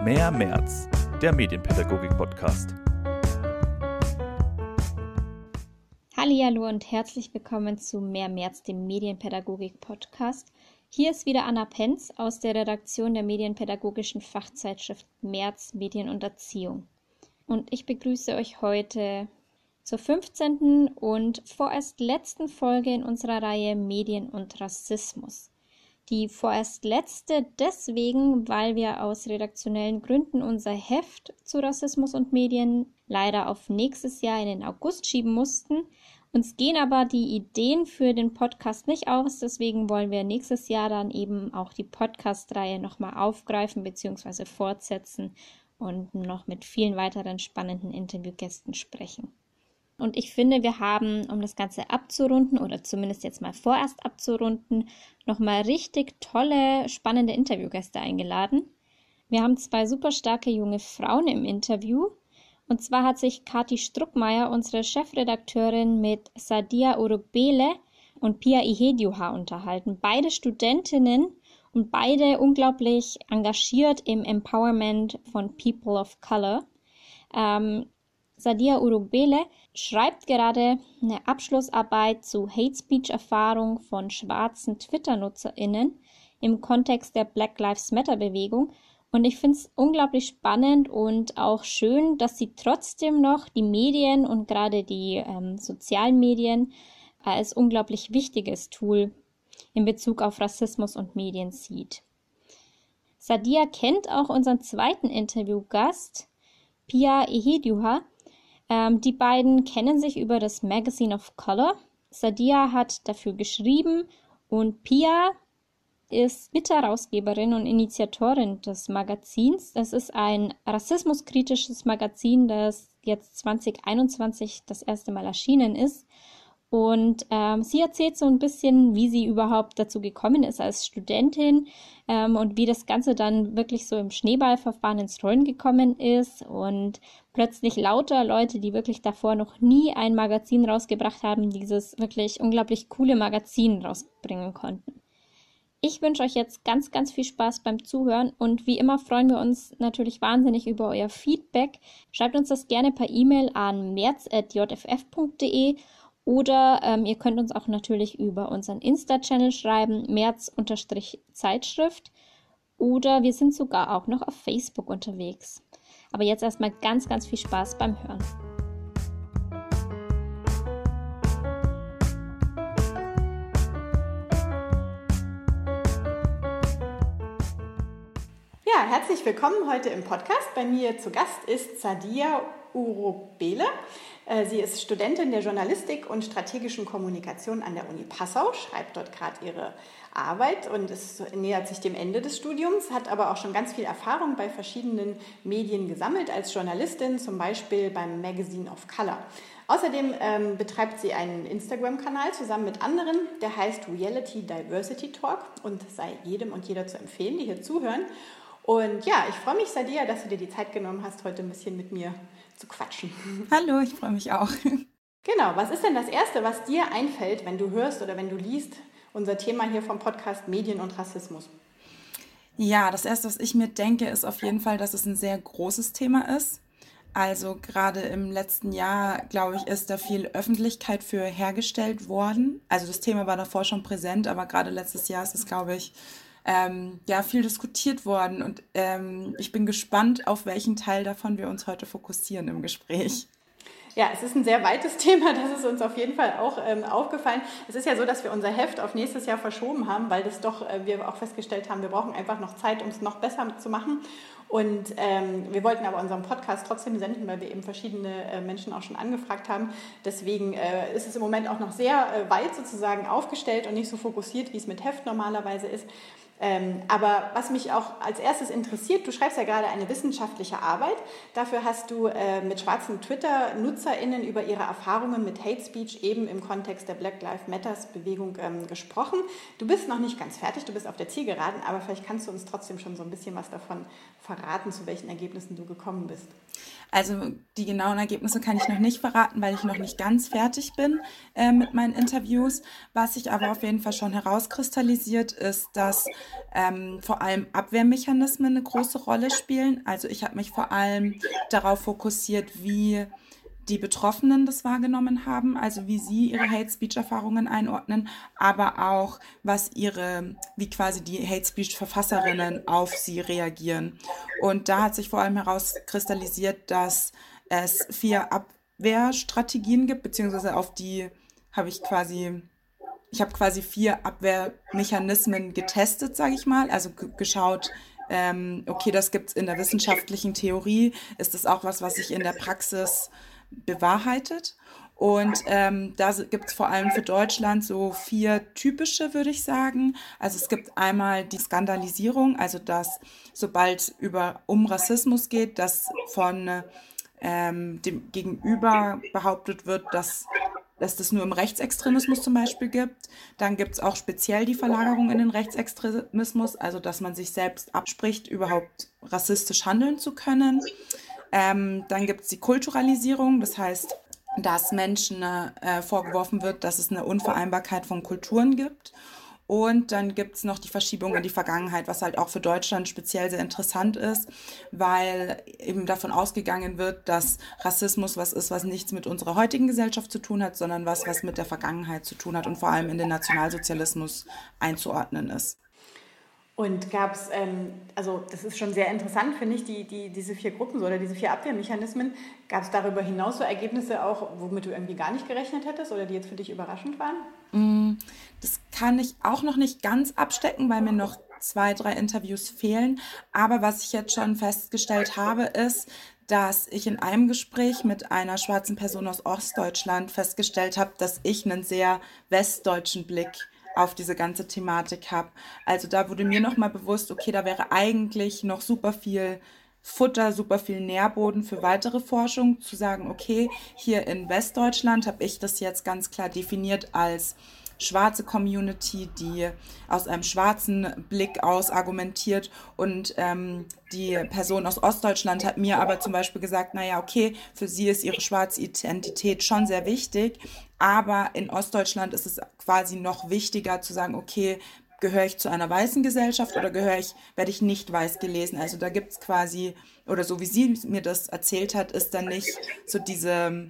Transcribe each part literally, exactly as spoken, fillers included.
Mehr März, der Medienpädagogik-Podcast. Hallihallo und herzlich willkommen zu Mehr März, dem Medienpädagogik-Podcast. Hier ist wieder Anna Penz aus der Redaktion der medienpädagogischen Fachzeitschrift März, Medien und Erziehung. Und ich begrüße euch heute zur fünfzehnten und vorerst letzten Folge in unserer Reihe Medien und Rassismus. Die vorerst letzte deswegen, weil wir aus redaktionellen Gründen unser Heft zu Rassismus und Medien leider auf nächstes Jahr in den August schieben mussten. Uns gehen aber die Ideen für den Podcast nicht aus, deswegen wollen wir nächstes Jahr dann eben auch die Podcast-Reihe nochmal aufgreifen bzw. fortsetzen und noch mit vielen weiteren spannenden Interviewgästen sprechen. Und ich finde, wir haben, um das Ganze abzurunden oder zumindest jetzt mal vorerst abzurunden, nochmal richtig tolle, spannende Interviewgäste eingeladen. Wir haben zwei super starke junge Frauen im Interview. Und zwar hat sich Kathi Struckmeier, unsere Chefredakteurin, mit Sadia Urubele und Pia Ihedioha unterhalten. Beide Studentinnen und beide unglaublich engagiert im Empowerment von People of Color. Ähm, Sadia Urubele schreibt gerade eine Abschlussarbeit zu Hate Speech-Erfahrung von schwarzen Twitter-NutzerInnen im Kontext der Black Lives Matter-Bewegung. Und ich finde es unglaublich spannend und auch schön, dass sie trotzdem noch die Medien und gerade die ähm, sozialen Medien als unglaublich wichtiges Tool in Bezug auf Rassismus und Medien sieht. Sadia kennt auch unseren zweiten Interviewgast, Pia Ihedioha. Ähm, die beiden kennen sich über das Magazine of Color. Sadia hat dafür geschrieben und Pia ist Mitherausgeberin und Initiatorin des Magazins. Das ist ein rassismuskritisches Magazin, das jetzt zwanzig einundzwanzig das erste Mal erschienen ist. Und ähm, sie erzählt so ein bisschen, wie sie überhaupt dazu gekommen ist als Studentin ähm, und wie das Ganze dann wirklich so im Schneeballverfahren ins Rollen gekommen ist und plötzlich lauter Leute, die wirklich davor noch nie ein Magazin rausgebracht haben, dieses wirklich unglaublich coole Magazin rausbringen konnten. Ich wünsche euch jetzt ganz, ganz viel Spaß beim Zuhören und wie immer freuen wir uns natürlich wahnsinnig über euer Feedback. Schreibt uns das gerne per E-Mail an märz at j f f punkt d e oder ähm, ihr könnt uns auch natürlich über unseren Insta-Channel schreiben, März-Zeitschrift, oder wir sind sogar auch noch auf Facebook unterwegs. Aber jetzt erstmal ganz, ganz viel Spaß beim Hören. Ja, herzlich willkommen heute im Podcast. Bei mir zu Gast ist Sadia Urubele. Sie ist Studentin der Journalistik und strategischen Kommunikation an der Uni Passau, schreibt dort gerade ihre Arbeit und es nähert sich dem Ende des Studiums, hat aber auch schon ganz viel Erfahrung bei verschiedenen Medien gesammelt als Journalistin, zum Beispiel beim Magazine of Color. Außerdem ähm, betreibt sie einen Instagram-Kanal zusammen mit anderen, der heißt Reality Diversity Talk und sei jedem und jeder zu empfehlen, die hier zuhören. Und ja, ich freue mich, Sadia, dass du dir die Zeit genommen hast, heute ein bisschen mit mir zu quatschen. Hallo, ich freue mich auch. Genau, was ist denn das Erste, was dir einfällt, wenn du hörst oder wenn du liest, unser Thema hier vom Podcast Medien und Rassismus? Ja, das Erste, was ich mir denke, ist auf jeden Fall, dass es ein sehr großes Thema ist. Also gerade im letzten Jahr, glaube ich, ist da viel Öffentlichkeit für hergestellt worden. Also das Thema war davor schon präsent, aber gerade letztes Jahr ist es, glaube ich, Ähm, ja, viel diskutiert worden und ähm, ich bin gespannt, auf welchen Teil davon wir uns heute fokussieren im Gespräch. Ja, es ist ein sehr weites Thema, das ist uns auf jeden Fall auch ähm, aufgefallen. Es ist ja so, dass wir unser Heft auf nächstes Jahr verschoben haben, weil das doch, äh, wir auch festgestellt haben, wir brauchen einfach noch Zeit, um es noch besser zu machen. Und ähm, wir wollten aber unseren Podcast trotzdem senden, weil wir eben verschiedene äh, Menschen auch schon angefragt haben. Deswegen äh, ist es im Moment auch noch sehr äh, weit sozusagen aufgestellt und nicht so fokussiert, wie es mit Heft normalerweise ist. Ähm, aber was mich auch als erstes interessiert, du schreibst ja gerade eine wissenschaftliche Arbeit. Dafür hast du äh, mit schwarzen Twitter-NutzerInnen über ihre Erfahrungen mit Hate Speech eben im Kontext der Black Lives Matters-Bewegung ähm, gesprochen. Du bist noch nicht ganz fertig, du bist auf der Zielgeraden, aber vielleicht kannst du uns trotzdem schon so ein bisschen was davon verraten. verraten, zu welchen Ergebnissen du gekommen bist? Also die genauen Ergebnisse kann ich noch nicht verraten, weil ich noch nicht ganz fertig bin äh, mit meinen Interviews. Was sich aber auf jeden Fall schon herauskristallisiert, ist, dass ähm, vor allem Abwehrmechanismen eine große Rolle spielen. Also ich habe mich vor allem darauf fokussiert, wie die Betroffenen das wahrgenommen haben, also wie sie ihre Hate-Speech-Erfahrungen einordnen, aber auch, was ihre, wie quasi die Hate-Speech-Verfasserinnen auf sie reagieren. Und da hat sich vor allem herauskristallisiert, dass es vier Abwehrstrategien gibt, beziehungsweise auf die habe ich quasi, ich habe quasi vier Abwehrmechanismen getestet, sage ich mal, also g- geschaut, ähm, okay, das gibt es in der wissenschaftlichen Theorie, ist das auch was, was sich in der Praxis bewahrheitet. Und ähm, da gibt es vor allem für Deutschland so vier typische, würde ich sagen. Also es gibt einmal die Skandalisierung, also dass sobald über um Rassismus geht, dass von ähm, dem Gegenüber behauptet wird, dass, dass das nur im Rechtsextremismus zum Beispiel gibt. Dann gibt es auch speziell die Verlagerung in den Rechtsextremismus, also dass man sich selbst abspricht, überhaupt rassistisch handeln zu können. Ähm, dann gibt es die Kulturalisierung, das heißt, dass Menschen äh, vorgeworfen wird, dass es eine Unvereinbarkeit von Kulturen gibt. Und dann gibt es noch die Verschiebung in die Vergangenheit, was halt auch für Deutschland speziell sehr interessant ist, weil eben davon ausgegangen wird, dass Rassismus was ist, was nichts mit unserer heutigen Gesellschaft zu tun hat, sondern was, was mit der Vergangenheit zu tun hat und vor allem in den Nationalsozialismus einzuordnen ist. Und gab es, ähm, also das ist schon sehr interessant, finde ich, die, die, diese vier Gruppen so, oder diese vier Abwehrmechanismen. Gab es darüber hinaus so Ergebnisse auch, womit du irgendwie gar nicht gerechnet hättest oder die jetzt für dich überraschend waren? Das kann ich auch noch nicht ganz abstecken, weil mir noch zwei, drei Interviews fehlen. Aber was ich jetzt schon festgestellt habe, ist, dass ich in einem Gespräch mit einer schwarzen Person aus Ostdeutschland festgestellt habe, dass ich einen sehr westdeutschen Blick auf diese ganze Thematik habe. Also da wurde mir nochmal bewusst, okay, da wäre eigentlich noch super viel Futter, super viel Nährboden für weitere Forschung, zu sagen, okay, hier in Westdeutschland habe ich das jetzt ganz klar definiert als schwarze Community, die aus einem schwarzen Blick aus argumentiert, und ähm, die Person aus Ostdeutschland hat mir aber zum Beispiel gesagt, naja, okay, für sie ist ihre schwarze Identität schon sehr wichtig, aber in Ostdeutschland ist es quasi noch wichtiger zu sagen, okay, gehöre ich zu einer weißen Gesellschaft oder gehöre ich, werde ich nicht weiß gelesen? Also da gibt es quasi, oder so wie sie mir das erzählt hat, ist dann nicht so diese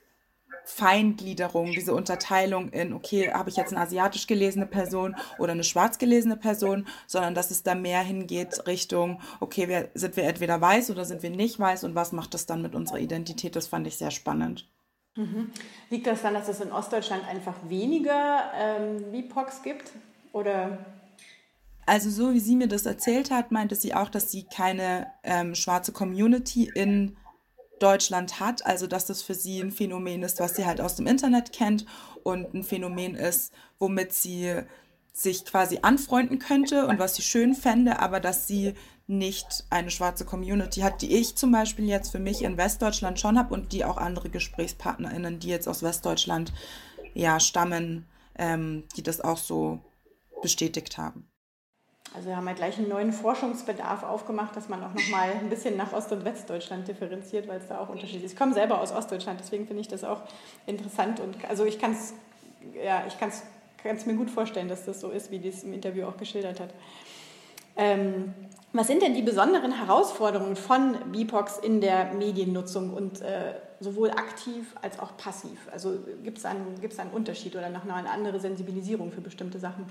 Feingliederung, diese Unterteilung in, okay, habe ich jetzt eine asiatisch gelesene Person oder eine schwarz gelesene Person, sondern dass es da mehr hingeht Richtung, okay, wir, sind wir entweder weiß oder sind wir nicht weiß und was macht das dann mit unserer Identität? Das fand ich sehr spannend. Mhm. Liegt das dann, dass es in Ostdeutschland einfach weniger ähm, B I P O Cs gibt? Oder? Also so wie sie mir das erzählt hat, meinte sie auch, dass sie keine ähm, schwarze Community in Deutschland hat, also dass das für sie ein Phänomen ist, was sie halt aus dem Internet kennt und ein Phänomen ist, womit sie sich quasi anfreunden könnte und was sie schön fände, aber dass sie nicht eine schwarze Community hat, die ich zum Beispiel jetzt für mich in Westdeutschland schon habe und die auch andere GesprächspartnerInnen, die jetzt aus Westdeutschland ja stammen, ähm, die das auch so bestätigt haben. Also wir haben ja gleich einen neuen Forschungsbedarf aufgemacht, dass man auch nochmal ein bisschen nach Ost- und Westdeutschland differenziert, weil es da auch Unterschiede ist. Ich komme selber aus Ostdeutschland, deswegen finde ich das auch interessant. Und also ich kann es ja, ich kann's, kann's mir gut vorstellen, dass das so ist, wie die es im Interview auch geschildert hat. Ähm, was sind denn die besonderen Herausforderungen von B I P O Cs in der Mediennutzung und äh, sowohl aktiv als auch passiv? Also gibt es einen, gibt's einen Unterschied oder noch eine andere Sensibilisierung für bestimmte Sachen?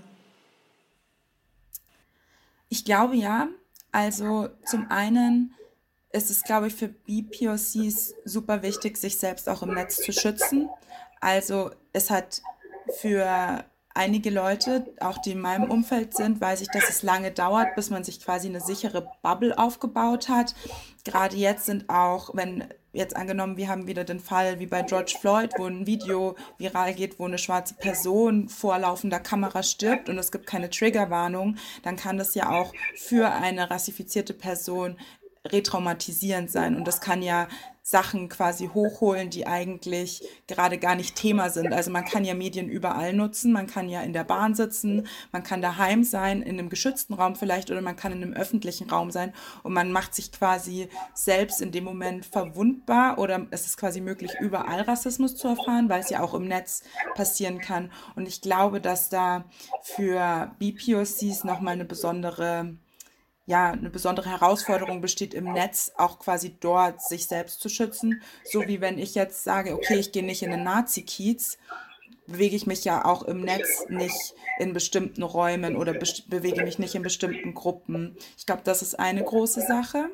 Ich glaube ja. Also zum einen ist es, glaube ich, für B P O Cs super wichtig, sich selbst auch im Netz zu schützen. Also es hat für einige Leute, auch die in meinem Umfeld sind, weiß ich, dass es lange dauert, bis man sich quasi eine sichere Bubble aufgebaut hat. Gerade jetzt sind auch, wenn jetzt angenommen, wir haben wieder den Fall wie bei George Floyd, wo ein Video viral geht, wo eine schwarze Person vor laufender Kamera stirbt und es gibt keine Triggerwarnung, dann kann das ja auch für eine rassifizierte Person retraumatisierend sein. Und das kann ja Sachen quasi hochholen, die eigentlich gerade gar nicht Thema sind. Also man kann ja Medien überall nutzen, man kann ja in der Bahn sitzen, man kann daheim sein, in einem geschützten Raum vielleicht oder man kann in einem öffentlichen Raum sein und man macht sich quasi selbst in dem Moment verwundbar oder es ist quasi möglich, überall Rassismus zu erfahren, weil es ja auch im Netz passieren kann. Und ich glaube, dass da für B P O Cs nochmal eine besondere ja, eine besondere Herausforderung besteht im Netz, auch quasi dort sich selbst zu schützen. So wie wenn ich jetzt sage, okay, ich gehe nicht in den Nazi-Kiez, bewege ich mich ja auch im Netz nicht in bestimmten Räumen oder best- bewege mich nicht in bestimmten Gruppen. Ich glaube, das ist eine große Sache.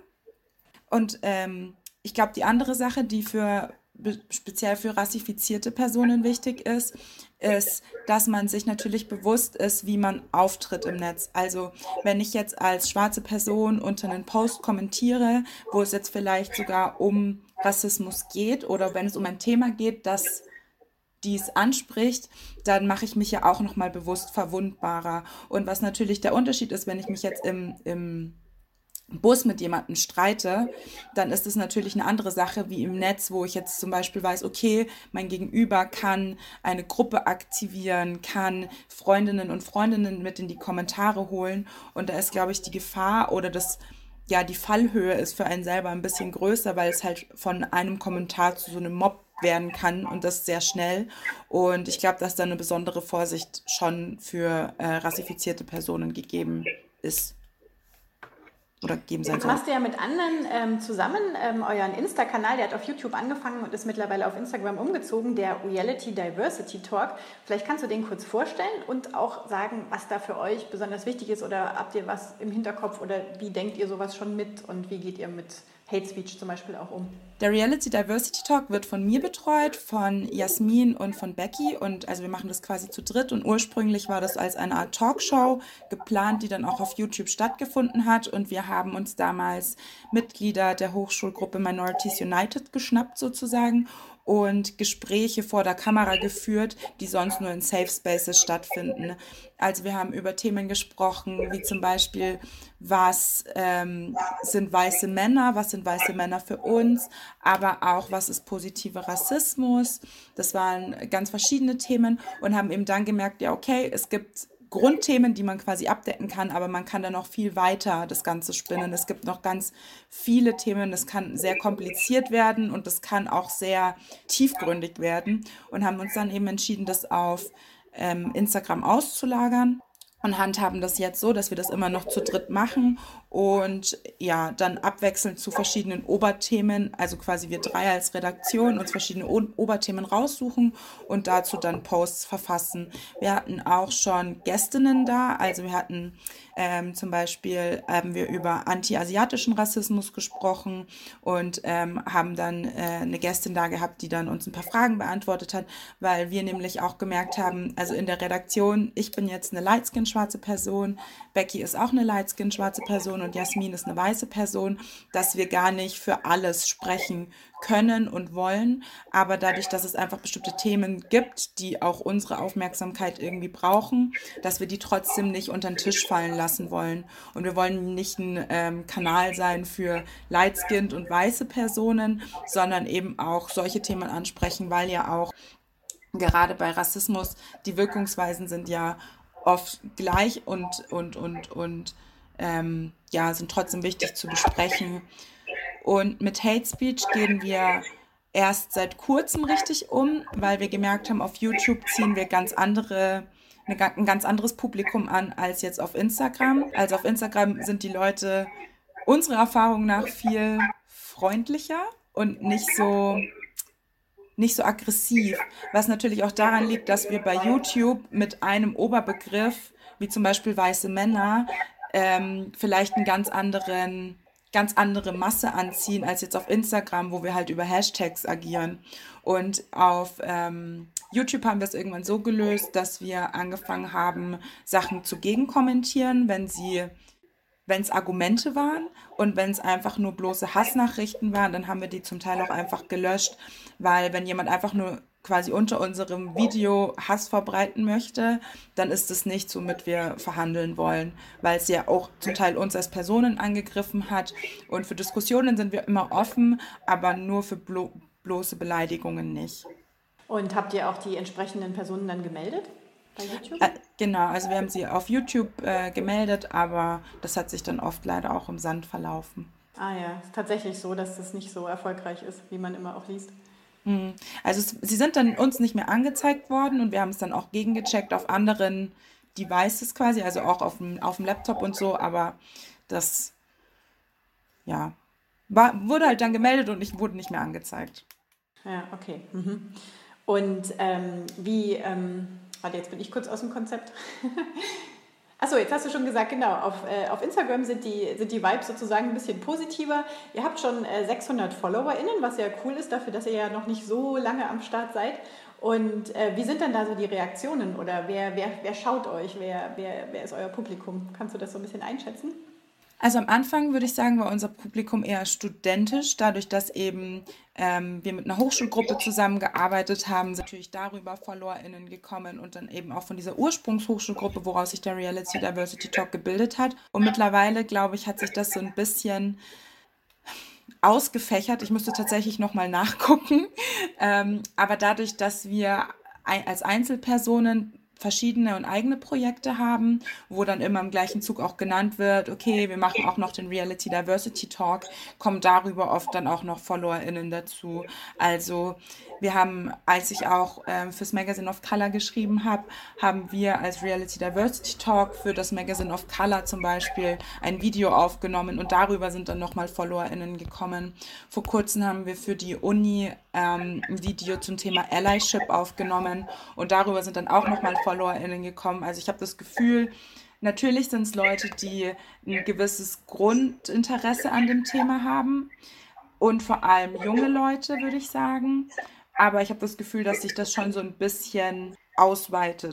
Und ähm, ich glaube, die andere Sache, die für be- speziell für rassifizierte Personen wichtig ist, ist, dass man sich natürlich bewusst ist, wie man auftritt im Netz. Also wenn ich jetzt als schwarze Person unter einen Post kommentiere, wo es jetzt vielleicht sogar um Rassismus geht oder wenn es um ein Thema geht, das dies anspricht, dann mache ich mich ja auch nochmal bewusst verwundbarer. Und was natürlich der Unterschied ist, wenn ich mich jetzt im, im Bus mit jemandem streite, dann ist es natürlich eine andere Sache wie im Netz, wo ich jetzt zum Beispiel weiß, okay, mein Gegenüber kann eine Gruppe aktivieren, kann Freundinnen und Freundinnen mit in die Kommentare holen und da ist, glaube ich, die Gefahr oder das, ja, die Fallhöhe ist für einen selber ein bisschen größer, weil es halt von einem Kommentar zu so einem Mob werden kann und das sehr schnell und ich glaube, dass da eine besondere Vorsicht schon für äh, rassifizierte Personen gegeben ist. Oder geben sein Jetzt soll. machst du ja mit anderen ähm, zusammen ähm, euren Insta-Kanal, der hat auf YouTube angefangen und ist mittlerweile auf Instagram umgezogen, der Reality Diversity Talk. Vielleicht kannst du den kurz vorstellen und auch sagen, was da für euch besonders wichtig ist oder habt ihr was im Hinterkopf oder wie denkt ihr sowas schon mit und wie geht ihr mit Hate Speech zum Beispiel auch um? Der Reality Diversity Talk wird von mir betreut, von Jasmin und von Becky und also wir machen das quasi zu dritt und ursprünglich war das als eine Art Talkshow geplant, die dann auch auf YouTube stattgefunden hat und wir haben uns damals Mitglieder der Hochschulgruppe Minorities United geschnappt sozusagen und Gespräche vor der Kamera geführt, die sonst nur in Safe Spaces stattfinden. Also wir haben über Themen gesprochen, wie zum Beispiel, was ähm, sind weiße Männer, was sind weiße Männer für uns, aber auch, was ist positiver Rassismus. Das waren ganz verschiedene Themen und haben eben dann gemerkt, ja okay, es gibt Grundthemen, die man quasi abdecken kann, aber man kann dann noch viel weiter das Ganze spinnen. Es gibt noch ganz viele Themen, das kann sehr kompliziert werden und das kann auch sehr tiefgründig werden und haben uns dann eben entschieden, das auf ähm, Instagram auszulagern und handhaben das jetzt so, dass wir das immer noch zu dritt machen und ja, dann abwechselnd zu verschiedenen Oberthemen, also quasi wir drei als Redaktion uns verschiedene o- Oberthemen raussuchen und dazu dann Posts verfassen. Wir hatten auch schon Gästinnen da, also wir hatten ähm, zum Beispiel haben wir über anti-asiatischen Rassismus gesprochen und ähm, haben dann äh, eine Gästin da gehabt, die dann uns ein paar Fragen beantwortet hat, weil wir nämlich auch gemerkt haben, also in der Redaktion, ich bin jetzt eine Lightskin schwarze Person, Becky ist auch eine Lightskin schwarze Person und Jasmin ist eine weiße Person, dass wir gar nicht für alles sprechen können und wollen, aber dadurch, dass es einfach bestimmte Themen gibt, die auch unsere Aufmerksamkeit irgendwie brauchen, dass wir die trotzdem nicht unter den Tisch fallen lassen wollen. Und wir wollen nicht ein ähm, Kanal sein für light-skinned und weiße Personen, sondern eben auch solche Themen ansprechen, weil ja auch gerade bei Rassismus die Wirkungsweisen sind ja oft gleich und, und, und, und ähm, ja, sind trotzdem wichtig zu besprechen. Und mit Hate Speech gehen wir erst seit kurzem richtig um, weil wir gemerkt haben, auf YouTube ziehen wir ganz andere, eine, ein ganz anderes Publikum an als jetzt auf Instagram. Also auf Instagram sind die Leute unserer Erfahrung nach viel freundlicher und nicht so, nicht so aggressiv, was natürlich auch daran liegt, dass wir bei YouTube mit einem Oberbegriff, wie zum Beispiel weiße Männer, ähm, vielleicht einen ganz anderen ganz andere Masse anziehen als jetzt auf Instagram, wo wir halt über Hashtags agieren. Und auf ähm, YouTube haben wir es irgendwann so gelöst, dass wir angefangen haben, Sachen zu gegenkommentieren, wenn sie, wenn es Argumente waren und wenn es einfach nur bloße Hassnachrichten waren, dann haben wir die zum Teil auch einfach gelöscht, weil wenn jemand einfach nur quasi unter unserem Video Hass verbreiten möchte, dann ist es nichts, womit wir verhandeln wollen, weil es ja auch zum Teil uns als Personen angegriffen hat. Und für Diskussionen sind wir immer offen, aber nur für blo- bloße Beleidigungen nicht. Und habt ihr auch die entsprechenden Personen dann gemeldet bei YouTube? Äh, genau, also wir haben sie auf YouTube äh, gemeldet, aber das hat sich dann oft leider auch im Sand verlaufen. Ah ja, ist tatsächlich so, dass das nicht so erfolgreich ist, wie man immer auch liest. Also es, sie sind dann uns nicht mehr angezeigt worden und wir haben es dann auch gegengecheckt auf anderen Devices quasi, also auch auf dem, auf dem Laptop und so, aber das, ja, war, wurde halt dann gemeldet und ich wurde nicht mehr angezeigt. Ja, okay. Mhm. Und ähm, wie, ähm, warte, jetzt bin ich kurz aus dem Konzept. Achso, jetzt hast du schon gesagt, genau, auf, äh, auf Instagram sind die, sind die Vibes sozusagen ein bisschen positiver. Ihr habt schon äh, sechshundert FollowerInnen, was ja cool ist dafür, dass ihr ja noch nicht so lange am Start seid. Und äh, wie sind denn da so die Reaktionen oder wer, wer, wer schaut euch, wer, wer, wer ist euer Publikum? Kannst du das so ein bisschen einschätzen? Also am Anfang würde ich sagen, war unser Publikum eher studentisch, dadurch, dass eben ähm, wir mit einer Hochschulgruppe zusammengearbeitet haben, sind natürlich darüber FollowerInnen gekommen und dann eben auch von dieser Ursprungshochschulgruppe, woraus sich der Reality Diversity Talk gebildet hat. Und mittlerweile, glaube ich, hat sich das so ein bisschen ausgefächert. Ich müsste tatsächlich nochmal nachgucken. Ähm, aber dadurch, dass wir ein, als Einzelpersonen verschiedene und eigene Projekte haben, wo dann immer im gleichen Zug auch genannt wird, okay, wir machen auch noch den Reality Diversity Talk, kommen darüber oft dann auch noch FollowerInnen dazu. Also wir haben, als ich auch äh, fürs Magazine of Color geschrieben habe, haben wir als Reality Diversity Talk für das Magazine of Color zum Beispiel ein Video aufgenommen und darüber sind dann nochmal FollowerInnen gekommen. Vor kurzem haben wir für die Uni ähm, ein Video zum Thema Allyship aufgenommen und darüber sind dann auch nochmal FollowerInnen gekommen. Also ich habe das Gefühl, natürlich sind es Leute, die ein gewisses Grundinteresse an dem Thema haben und vor allem junge Leute, würde ich sagen. Aber ich habe das Gefühl, dass sich das schon so ein bisschen ausweitet.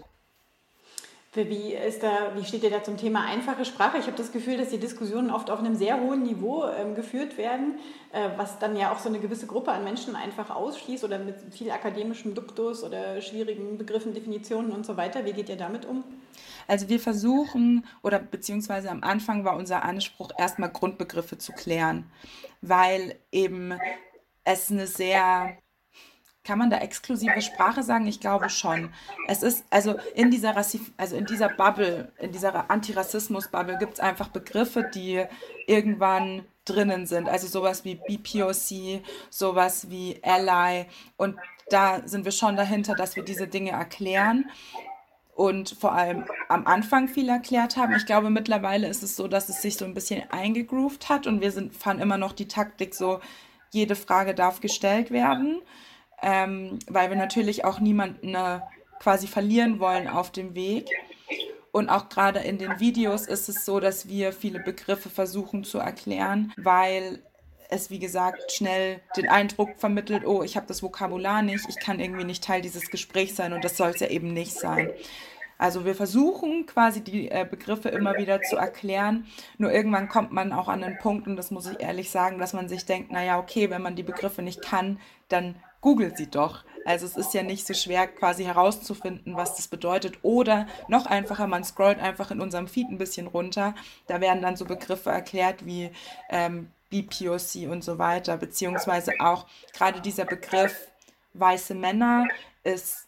Wie, ist da, wie steht ihr da zum Thema einfache Sprache? Ich habe das Gefühl, dass die Diskussionen oft auf einem sehr hohen Niveau ähm, geführt werden, äh, was dann ja auch so eine gewisse Gruppe an Menschen einfach ausschließt oder mit viel akademischem Duktus oder schwierigen Begriffen, Definitionen und so weiter. Wie geht ihr damit um? Also wir versuchen, oder beziehungsweise am Anfang war unser Anspruch, erstmal Grundbegriffe zu klären, weil eben es eine sehr... Kann man da exklusive Sprache sagen? Ich glaube schon. Es ist, also in dieser Rassif- also in dieser Bubble, in dieser Antirassismus-Bubble gibt es einfach Begriffe, die irgendwann drinnen sind. Also sowas wie B P O C, sowas wie Ally. Und da sind wir schon dahinter, dass wir diese Dinge erklären und vor allem am Anfang viel erklärt haben. Ich glaube, mittlerweile ist es so, dass es sich so ein bisschen eingegroovt hat und wir sind, fahren immer noch die Taktik so, jede Frage darf gestellt werden. Ähm, weil wir natürlich auch niemanden äh, quasi verlieren wollen auf dem Weg. Und auch gerade in den Videos ist es so, dass wir viele Begriffe versuchen zu erklären, weil es, wie gesagt, schnell den Eindruck vermittelt, oh, ich habe das Vokabular nicht, ich kann irgendwie nicht Teil dieses Gesprächs sein und das soll es ja eben nicht sein. Also wir versuchen quasi die äh, Begriffe immer wieder zu erklären, nur irgendwann kommt man auch an den Punkt, und das muss ich ehrlich sagen, dass man sich denkt, naja, okay, wenn man die Begriffe nicht kann, dann googelt sie doch. Also es ist ja nicht so schwer, quasi herauszufinden, was das bedeutet. Oder noch einfacher, man scrollt einfach in unserem Feed ein bisschen runter, da werden dann so Begriffe erklärt wie ähm, B P O C und so weiter, beziehungsweise auch gerade dieser Begriff weiße Männer ist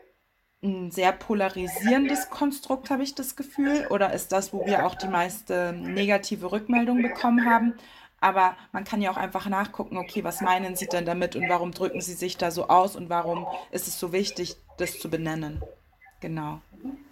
ein sehr polarisierendes Konstrukt, habe ich das Gefühl, oder ist das, wo wir auch die meiste negative Rückmeldung bekommen haben. Aber man kann ja auch einfach nachgucken, okay, was meinen Sie denn damit und warum drücken Sie sich da so aus und warum ist es so wichtig, das zu benennen. Genau.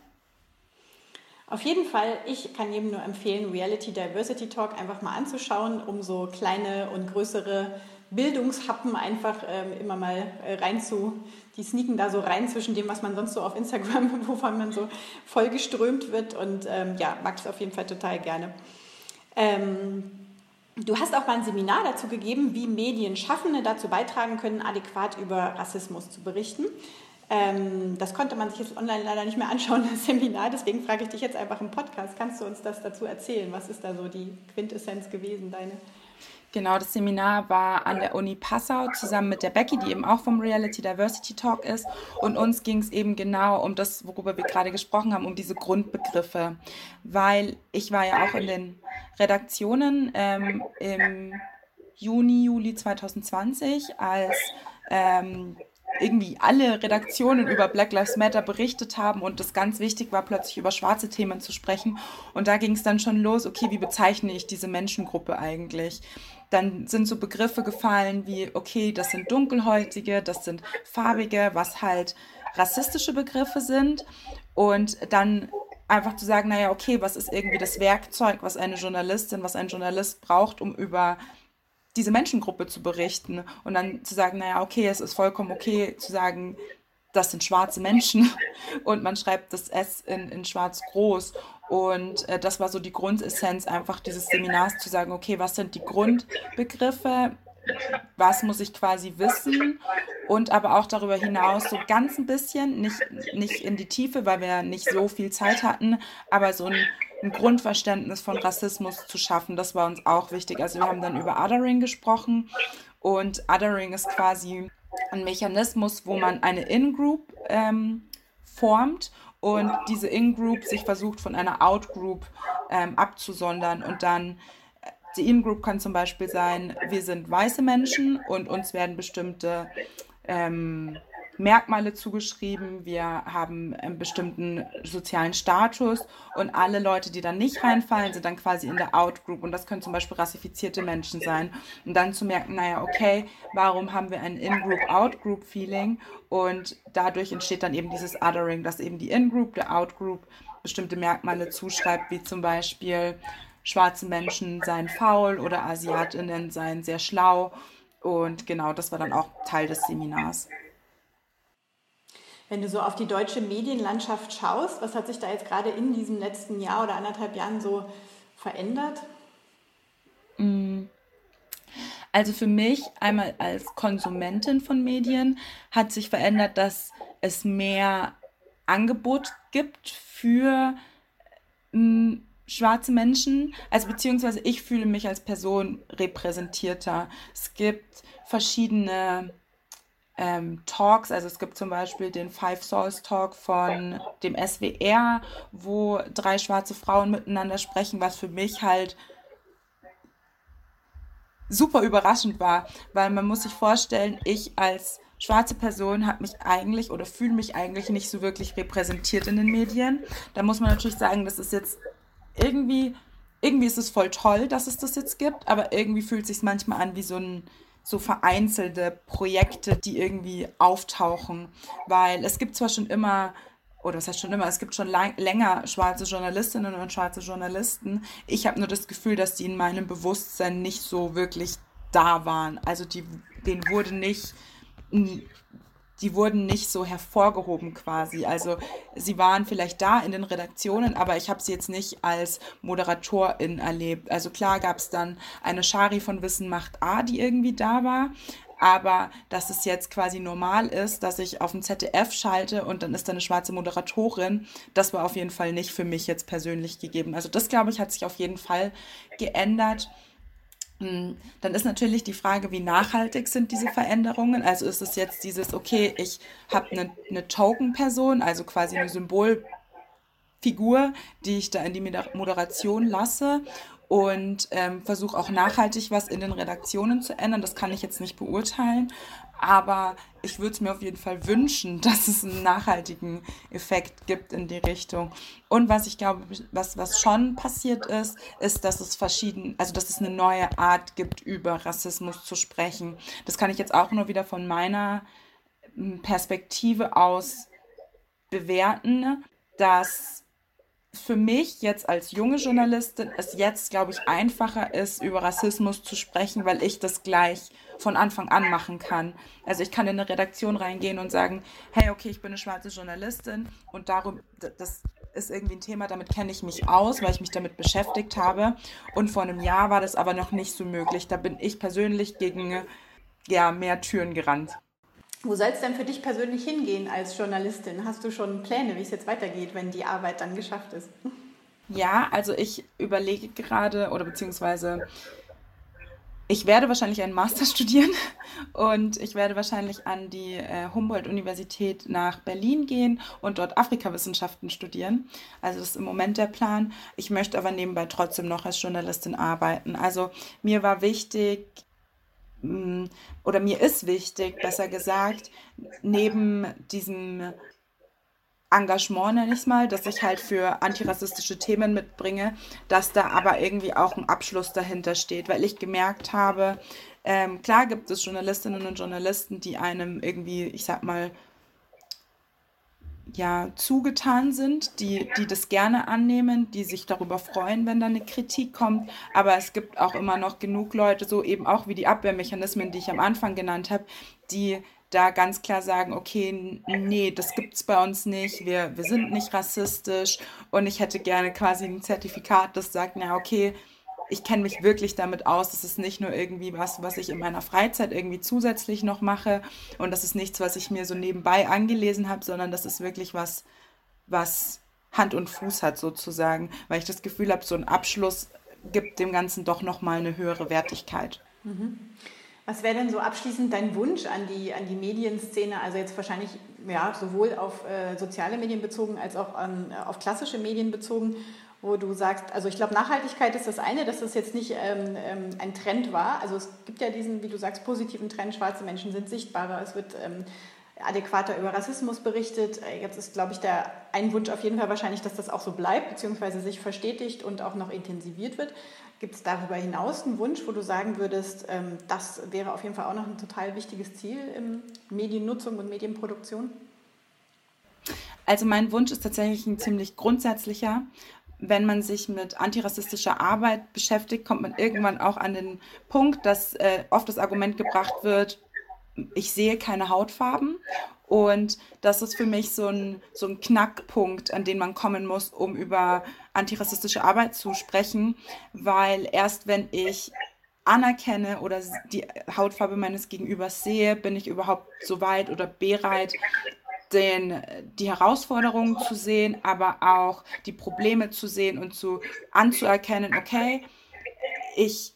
Auf jeden Fall, ich kann jedem nur empfehlen, Reality Diversity Talk einfach mal anzuschauen, um so kleine und größere Bildungshappen einfach ähm, immer mal äh, rein zu, die sneaken da so rein zwischen dem, was man sonst so auf Instagram, wovon man so vollgeströmt wird und ähm, ja, mag es auf jeden Fall total gerne. Ähm, du hast auch mal ein Seminar dazu gegeben, wie Medienschaffende dazu beitragen können, adäquat über Rassismus zu berichten. Ähm, das konnte man sich jetzt online leider nicht mehr anschauen, das Seminar, deswegen frage ich dich jetzt einfach im Podcast. Kannst du uns das dazu erzählen? Was ist da so die Quintessenz gewesen, deine? Genau, das Seminar war an der Uni Passau zusammen mit der Becky, die eben auch vom Reality Diversity Talk ist. Und uns ging es eben genau um das, worüber wir gerade gesprochen haben, um diese Grundbegriffe. Weil ich war ja auch in den Redaktionen ähm, im Juni, Juli zwanzig zwanzig, als ähm, irgendwie alle Redaktionen über Black Lives Matter berichtet haben und es ganz wichtig war, plötzlich über schwarze Themen zu sprechen. Und da ging es dann schon los, okay, wie bezeichne ich diese Menschengruppe eigentlich? Dann sind so Begriffe gefallen wie, okay, das sind Dunkelhäutige, das sind Farbige, was halt rassistische Begriffe sind. Und dann einfach zu sagen, naja, okay, was ist irgendwie das Werkzeug, was eine Journalistin, was ein Journalist braucht, um über diese Menschengruppe zu berichten und dann zu sagen, naja, okay, es ist vollkommen okay zu sagen, das sind schwarze Menschen und man schreibt das S in, in schwarz groß und äh, das war so die Grundessenz einfach dieses Seminars, zu sagen, okay, was sind die Grundbegriffe, was muss ich quasi wissen und aber auch darüber hinaus so ganz ein bisschen, nicht, nicht in die Tiefe, weil wir nicht so viel Zeit hatten, aber so ein ein Grundverständnis von Rassismus zu schaffen. Das war uns auch wichtig. Also wir haben dann über Othering gesprochen und Othering ist quasi ein Mechanismus, wo man eine In-Group ähm, formt und diese In-Group sich versucht von einer Out-Group ähm, abzusondern und dann die In-Group kann zum Beispiel sein, wir sind weiße Menschen und uns werden bestimmte ähm, Merkmale zugeschrieben, wir haben einen bestimmten sozialen Status und alle Leute, die dann nicht reinfallen, sind dann quasi in der Out-Group und das können zum Beispiel rassifizierte Menschen sein und dann zu merken, naja, okay, warum haben wir ein In-Group-Out-Group-Feeling und dadurch entsteht dann eben dieses Othering, dass eben die In-Group, der Out-Group bestimmte Merkmale zuschreibt, wie zum Beispiel schwarze Menschen seien faul oder AsiatInnen seien sehr schlau und genau, das war dann auch Teil des Seminars. Wenn du so auf die deutsche Medienlandschaft schaust, was hat sich da jetzt gerade in diesem letzten Jahr oder anderthalb Jahren so verändert? Also für mich, einmal als Konsumentin von Medien, hat sich verändert, dass es mehr Angebot gibt für mh, schwarze Menschen. Also beziehungsweise ich fühle mich als Person repräsentierter. Es gibt verschiedene Ähm, Talks, also es gibt zum Beispiel den Five Souls Talk von dem S W R, wo drei schwarze Frauen miteinander sprechen, was für mich halt super überraschend war, weil man muss sich vorstellen, ich als schwarze Person habe mich eigentlich oder fühle mich eigentlich nicht so wirklich repräsentiert in den Medien. Da muss man natürlich sagen, das ist jetzt irgendwie, irgendwie ist es voll toll, dass es das jetzt gibt, aber irgendwie fühlt es sich manchmal an wie so ein so vereinzelte Projekte, die irgendwie auftauchen, weil es gibt zwar schon immer, oder was heißt schon immer, es gibt schon lang, länger schwarze Journalistinnen und schwarze Journalisten. Ich habe nur das Gefühl, dass die in meinem Bewusstsein nicht so wirklich da waren. Also die, denen wurde nicht, die wurden nicht so hervorgehoben quasi. Also sie waren vielleicht da in den Redaktionen, aber ich habe sie jetzt nicht als Moderatorin erlebt. Also klar gab es dann eine Shari von Wissen macht A, die irgendwie da war, aber dass es jetzt quasi normal ist, dass ich auf dem Z D F schalte und dann ist da eine schwarze Moderatorin, das war auf jeden Fall nicht für mich jetzt persönlich gegeben. Also das, glaube ich, hat sich auf jeden Fall geändert. Dann ist natürlich die Frage, wie nachhaltig sind diese Veränderungen? Also ist es jetzt dieses, okay, ich habe eine, eine Token-Person, also quasi eine Symbolfigur, die ich da in die Moderation lasse und ähm, versuche auch nachhaltig was in den Redaktionen zu ändern. Das kann ich jetzt nicht beurteilen, aber ich würde es mir auf jeden Fall wünschen, dass es einen nachhaltigen Effekt gibt in die Richtung. Und was ich glaube, was, was schon passiert ist, ist, dass es verschieden, also dass es eine neue Art gibt, über Rassismus zu sprechen. Das kann ich jetzt auch nur wieder von meiner Perspektive aus bewerten, dass für mich jetzt als junge Journalistin es jetzt, glaube ich, einfacher ist, über Rassismus zu sprechen, weil ich das gleich von Anfang an machen kann. Also ich kann in eine Redaktion reingehen und sagen, hey, okay, ich bin eine schwarze Journalistin und darum, das ist irgendwie ein Thema, damit kenne ich mich aus, weil ich mich damit beschäftigt habe. Und vor einem Jahr war das aber noch nicht so möglich. Da bin ich persönlich gegen ja, mehr Türen gerannt. Wo soll es denn für dich persönlich hingehen als Journalistin? Hast du schon Pläne, wie es jetzt weitergeht, wenn die Arbeit dann geschafft ist? Ja, also ich überlege gerade oder beziehungsweise ich werde wahrscheinlich einen Master studieren und ich werde wahrscheinlich an die äh, Humboldt-Universität nach Berlin gehen und dort Afrikawissenschaften studieren. Also das ist im Moment der Plan. Ich möchte aber nebenbei trotzdem noch als Journalistin arbeiten. Also mir war wichtig, mh, oder mir ist wichtig, besser gesagt, neben diesem Engagement, nenne ich es mal, dass ich halt für antirassistische Themen mitbringe, dass da aber irgendwie auch ein Abschluss dahinter steht, weil ich gemerkt habe, ähm, klar gibt es Journalistinnen und Journalisten, die einem irgendwie, ich sag mal, ja, zugetan sind, die, die das gerne annehmen, die sich darüber freuen, wenn da eine Kritik kommt, aber es gibt auch immer noch genug Leute, so eben auch wie die Abwehrmechanismen, die ich am Anfang genannt habe, die da ganz klar sagen, okay, nee, das gibt's bei uns nicht, wir, wir sind nicht rassistisch und ich hätte gerne quasi ein Zertifikat, das sagt, na okay, ich kenne mich wirklich damit aus, das ist nicht nur irgendwie was, was ich in meiner Freizeit irgendwie zusätzlich noch mache und das ist nichts, was ich mir so nebenbei angelesen habe, sondern das ist wirklich was, was Hand und Fuß hat sozusagen, weil ich das Gefühl habe, so ein Abschluss gibt dem Ganzen doch nochmal eine höhere Wertigkeit. Mhm. Was wäre denn so abschließend dein Wunsch an die, an die Medienszene, also jetzt wahrscheinlich ja, sowohl auf äh, soziale Medien bezogen als auch an, auf klassische Medien bezogen, wo du sagst, also ich glaube Nachhaltigkeit ist das eine, dass das jetzt nicht ähm, ähm, ein Trend war, also es gibt ja diesen, wie du sagst, positiven Trend, schwarze Menschen sind sichtbarer, es wird ähm, adäquater über Rassismus berichtet. Jetzt ist, glaube ich, der ein Wunsch auf jeden Fall wahrscheinlich, dass das auch so bleibt, beziehungsweise sich verstetigt und auch noch intensiviert wird. Gibt es darüber hinaus einen Wunsch, wo du sagen würdest, ähm, das wäre auf jeden Fall auch noch ein total wichtiges Ziel in Mediennutzung und Medienproduktion? Also mein Wunsch ist tatsächlich ein ziemlich grundsätzlicher. Wenn man sich mit antirassistischer Arbeit beschäftigt, kommt man irgendwann auch an den Punkt, dass äh, oft das Argument gebracht wird, ich sehe keine Hautfarben. Und das ist für mich so ein, so ein Knackpunkt, an den man kommen muss, um über antirassistische Arbeit zu sprechen, weil erst wenn ich anerkenne oder die Hautfarbe meines Gegenübers sehe, bin ich überhaupt so weit oder bereit, den, die Herausforderungen zu sehen, aber auch die Probleme zu sehen und zu anzuerkennen, okay, ich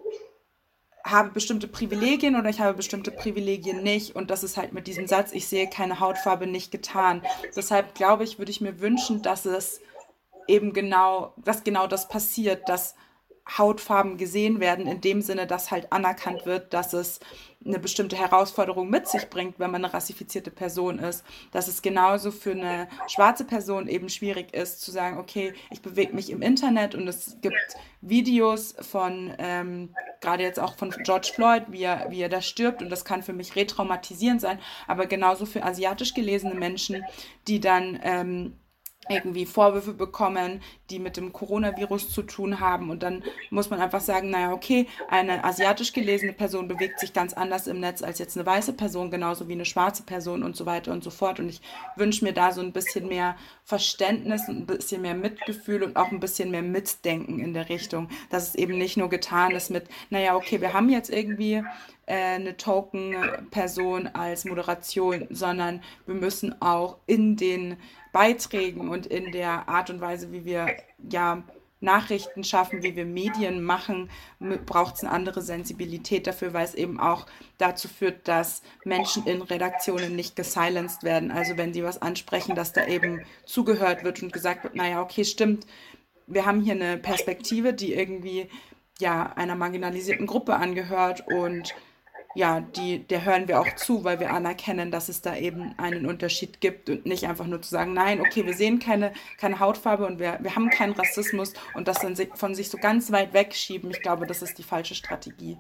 habe bestimmte Privilegien oder ich habe bestimmte Privilegien nicht und das ist halt mit diesem Satz, ich sehe keine Hautfarbe, nicht getan. Deshalb glaube ich, würde ich mir wünschen, dass es eben genau, dass genau das passiert, dass Hautfarben gesehen werden, in dem Sinne, dass halt anerkannt wird, dass es eine bestimmte Herausforderung mit sich bringt, wenn man eine rassifizierte Person ist. Dass es genauso für eine schwarze Person eben schwierig ist, zu sagen, okay, ich bewege mich im Internet und es gibt Videos von, ähm, gerade jetzt auch von George Floyd, wie er, wie er da stirbt und das kann für mich retraumatisierend sein, aber genauso für asiatisch gelesene Menschen, die dann ähm, irgendwie Vorwürfe bekommen, die mit dem Coronavirus zu tun haben und dann muss man einfach sagen, naja, okay, eine asiatisch gelesene Person bewegt sich ganz anders im Netz als jetzt eine weiße Person, genauso wie eine schwarze Person und so weiter und so fort und ich wünsche mir da so ein bisschen mehr Verständnis, ein bisschen mehr Mitgefühl und auch ein bisschen mehr Mitdenken in der Richtung, dass es eben nicht nur getan ist mit, naja, okay, wir haben jetzt irgendwie äh, eine Token-Person als Moderation, sondern wir müssen auch in den Beiträgen und in der Art und Weise, wie wir ja Nachrichten schaffen, wie wir Medien machen, braucht es eine andere Sensibilität dafür, weil es eben auch dazu führt, dass Menschen in Redaktionen nicht gesilenced werden. Also wenn sie was ansprechen, dass da eben zugehört wird und gesagt wird, naja, okay, stimmt, wir haben hier eine Perspektive, die irgendwie ja einer marginalisierten Gruppe angehört und ja, die, der hören wir auch zu, weil wir anerkennen, dass es da eben einen Unterschied gibt und nicht einfach nur zu sagen, nein, okay, wir sehen keine, keine Hautfarbe und wir, wir haben keinen Rassismus und das dann von sich so ganz weit wegschieben. Ich glaube, das ist die falsche Strategie.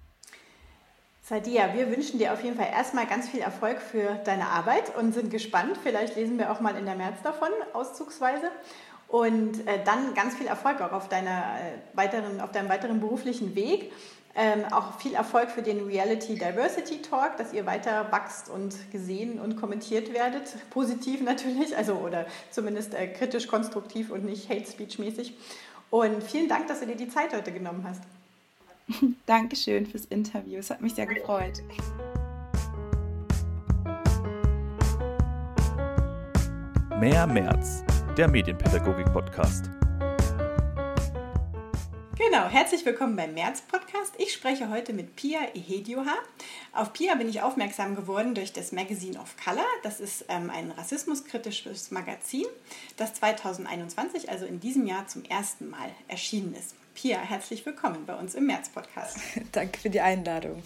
Sadia, wir wünschen dir auf jeden Fall erstmal ganz viel Erfolg für deine Arbeit und sind gespannt. Vielleicht lesen wir auch mal in der März davon, auszugsweise. Und äh, dann ganz viel Erfolg auch auf, deiner, äh, weiteren, auf deinem weiteren beruflichen Weg. Ähm, auch viel Erfolg für den Reality Diversity Talk, dass ihr weiter wachst und gesehen und kommentiert werdet. Positiv natürlich, also oder zumindest äh, kritisch, konstruktiv und nicht Hate Speech mäßig. Und vielen Dank, dass du dir die Zeit heute genommen hast. Dankeschön fürs Interview, es hat mich sehr gefreut. Mehr März, der Medienpädagogik-Podcast. Genau, herzlich willkommen beim März-Podcast. Ich spreche heute mit Pia Ehedioha. Auf Pia bin ich aufmerksam geworden durch das Magazine of Color. Das ist ähm, ein rassismuskritisches Magazin, das zwanzig einundzwanzig, also in diesem Jahr, zum ersten Mal erschienen ist. Pia, herzlich willkommen bei uns im März-Podcast. Danke für die Einladung.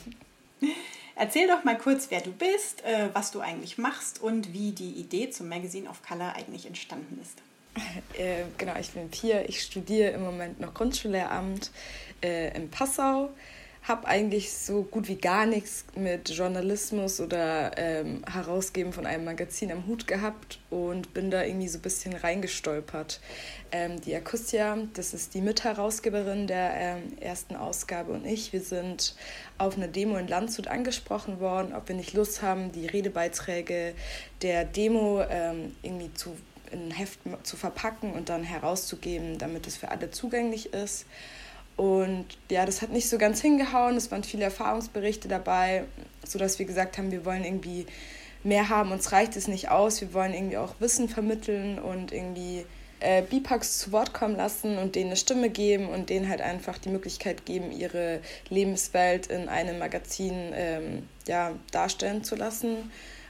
Erzähl doch mal kurz, wer du bist, äh, was du eigentlich machst und wie die Idee zum Magazine of Color eigentlich entstanden ist. Äh, genau, ich bin Pia, ich studiere im Moment noch Grundschullehramt äh, in Passau, habe eigentlich so gut wie gar nichts mit Journalismus oder ähm, Herausgeben von einem Magazin am Hut gehabt und bin da irgendwie so ein bisschen reingestolpert. Ähm, die Akustia, das ist die Mitherausgeberin der ähm, ersten Ausgabe, und ich, wir sind auf einer Demo in Landshut angesprochen worden, ob wir nicht Lust haben, die Redebeiträge der Demo ähm, irgendwie zu in ein Heft zu verpacken und dann herauszugeben, damit es für alle zugänglich ist. Und ja, das hat nicht so ganz hingehauen, es waren viele Erfahrungsberichte dabei, sodass wir gesagt haben, wir wollen irgendwie mehr haben, uns reicht es nicht aus, wir wollen irgendwie auch Wissen vermitteln und irgendwie äh, B I P O Cs zu Wort kommen lassen und denen eine Stimme geben und denen halt einfach die Möglichkeit geben, ihre Lebenswelt in einem Magazin ähm, ja, darstellen zu lassen.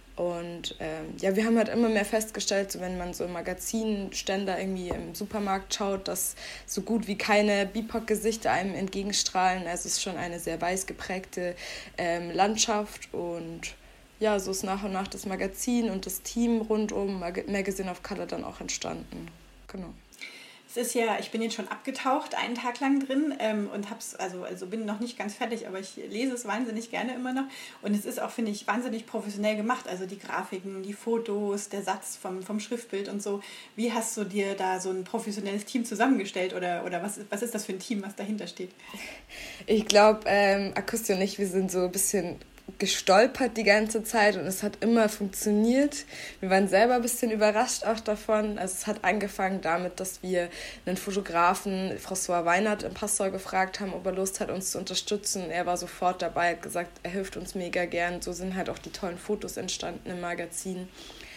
Und ähm, ja, wir haben halt immer mehr festgestellt, so wenn man so Magazinständer irgendwie im Supermarkt schaut, dass so gut wie keine B I P O C-Gesichter einem entgegenstrahlen. Also es ist schon eine sehr weiß geprägte ähm, Landschaft. Und ja, so ist nach und nach das Magazin und das Team rund um Mag- Magazine of Color dann auch entstanden. Genau. Es ist ja, ich bin jetzt schon abgetaucht, einen Tag lang drin ähm, und hab's, also, also bin noch nicht ganz fertig, aber ich lese es wahnsinnig gerne immer noch. Und es ist auch, finde ich, wahnsinnig professionell gemacht. Also die Grafiken, die Fotos, der Satz vom, vom Schriftbild und so. Wie hast du dir da so ein professionelles Team zusammengestellt oder, oder was, was ist das für ein Team, was dahinter steht? Ich glaube, ähm, Akustia und ich, wir sind so ein bisschen gestolpert die ganze Zeit und es hat immer funktioniert. Wir waren selber ein bisschen überrascht auch davon. Also es hat angefangen damit, dass wir einen Fotografen, François Weinert, in Passau gefragt haben, ob er Lust hat, uns zu unterstützen. Er war sofort dabei, hat gesagt, er hilft uns mega gern. So sind halt auch die tollen Fotos entstanden im Magazin.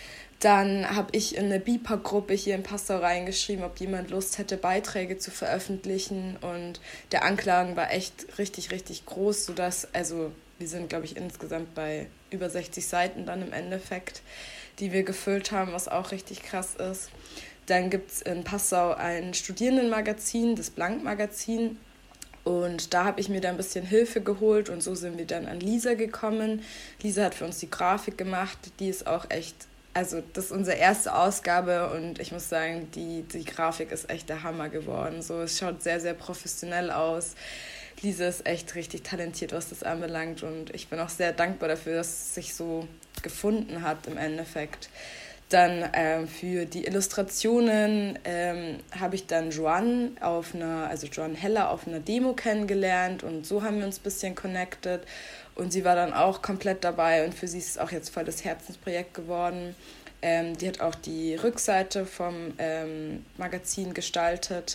Dann habe ich in eine B I P O C-Gruppe hier in Passau reingeschrieben, ob jemand Lust hätte, Beiträge zu veröffentlichen. Und der Anklang war echt richtig, richtig groß, sodass, also wir sind, glaube ich, insgesamt bei über sechzig Seiten dann im Endeffekt, die wir gefüllt haben, was auch richtig krass ist. Dann gibt es in Passau ein Studierendenmagazin, das Blank-Magazin. Und da habe ich mir dann ein bisschen Hilfe geholt und so sind wir dann an Lisa gekommen. Lisa hat für uns die Grafik gemacht, die ist auch echt, also das ist unsere erste Ausgabe und ich muss sagen, die, die Grafik ist echt der Hammer geworden. So, es schaut sehr, sehr professionell aus. Lisa ist echt richtig talentiert, was das anbelangt und ich bin auch sehr dankbar dafür, dass es sich so gefunden hat im Endeffekt. Dann ähm, für die Illustrationen ähm, habe ich dann Joanne auf einer, also Joanne Heller auf einer Demo kennengelernt und so haben wir uns ein bisschen connected und sie war dann auch komplett dabei und für sie ist es auch jetzt voll das Herzensprojekt geworden. Ähm, die hat auch die Rückseite vom ähm, Magazin gestaltet.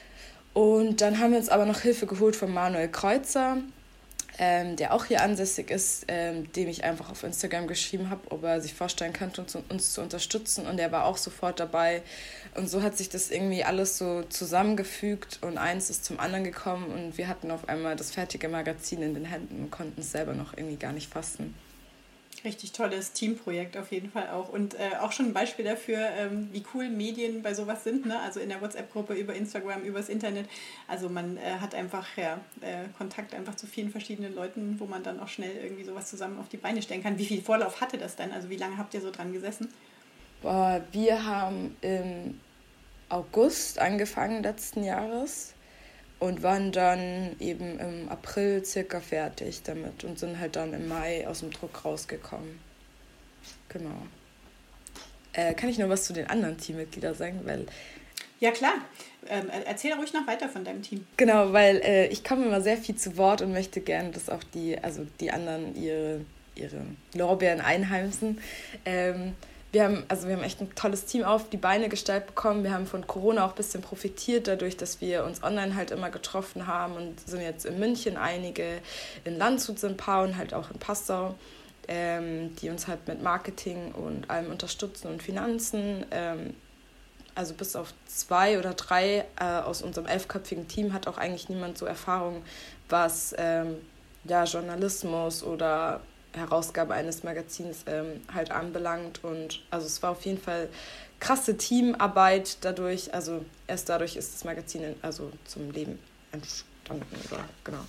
Und dann haben wir uns aber noch Hilfe geholt von Manuel Kreuzer, ähm, der auch hier ansässig ist, ähm, dem ich einfach auf Instagram geschrieben habe, ob er sich vorstellen könnte, uns, uns zu unterstützen. Und er war auch sofort dabei. Und so hat sich das irgendwie alles so zusammengefügt und eins ist zum anderen gekommen. Und wir hatten auf einmal das fertige Magazin in den Händen und konnten es selber noch irgendwie gar nicht fassen. Richtig tolles Teamprojekt auf jeden Fall auch. Und äh, auch schon ein Beispiel dafür, ähm, wie cool Medien bei sowas sind, ne? Also in der WhatsApp-Gruppe, über Instagram, übers Internet. Also man äh, hat einfach ja, äh, Kontakt einfach zu vielen verschiedenen Leuten, wo man dann auch schnell irgendwie sowas zusammen auf die Beine stellen kann. Wie viel Vorlauf hatte das denn? Also wie lange habt ihr so dran gesessen? Boah, wir haben im August angefangen letzten Jahres. Und waren dann eben im April circa fertig damit und sind halt dann im Mai aus dem Druck rausgekommen. Genau. Äh, kann ich noch was zu den anderen Teammitgliedern sagen? Weil ja, klar. Ähm, erzähl ruhig noch weiter von deinem Team. Genau, weil äh, ich komme immer sehr viel zu Wort und möchte gerne, dass auch die, also die anderen ihre, ihre Lorbeeren einheimsen. Ähm, Wir haben, also wir haben echt ein tolles Team auf die Beine gestellt bekommen. Wir haben von Corona auch ein bisschen profitiert, dadurch, dass wir uns online halt immer getroffen haben und sind jetzt in München einige, in Landshut sind ein paar und halt auch in Passau, ähm, die uns halt mit Marketing und allem unterstützen und Finanzen. Ähm, also bis auf zwei oder drei äh, aus unserem elfköpfigen Team hat auch eigentlich niemand so Erfahrung, was ähm, ja, Journalismus oder Herausgabe eines Magazins ähm, halt anbelangt. Und also es war auf jeden Fall krasse Teamarbeit dadurch. Also erst dadurch ist das Magazin in, also zum Leben entstanden. Oder, genau.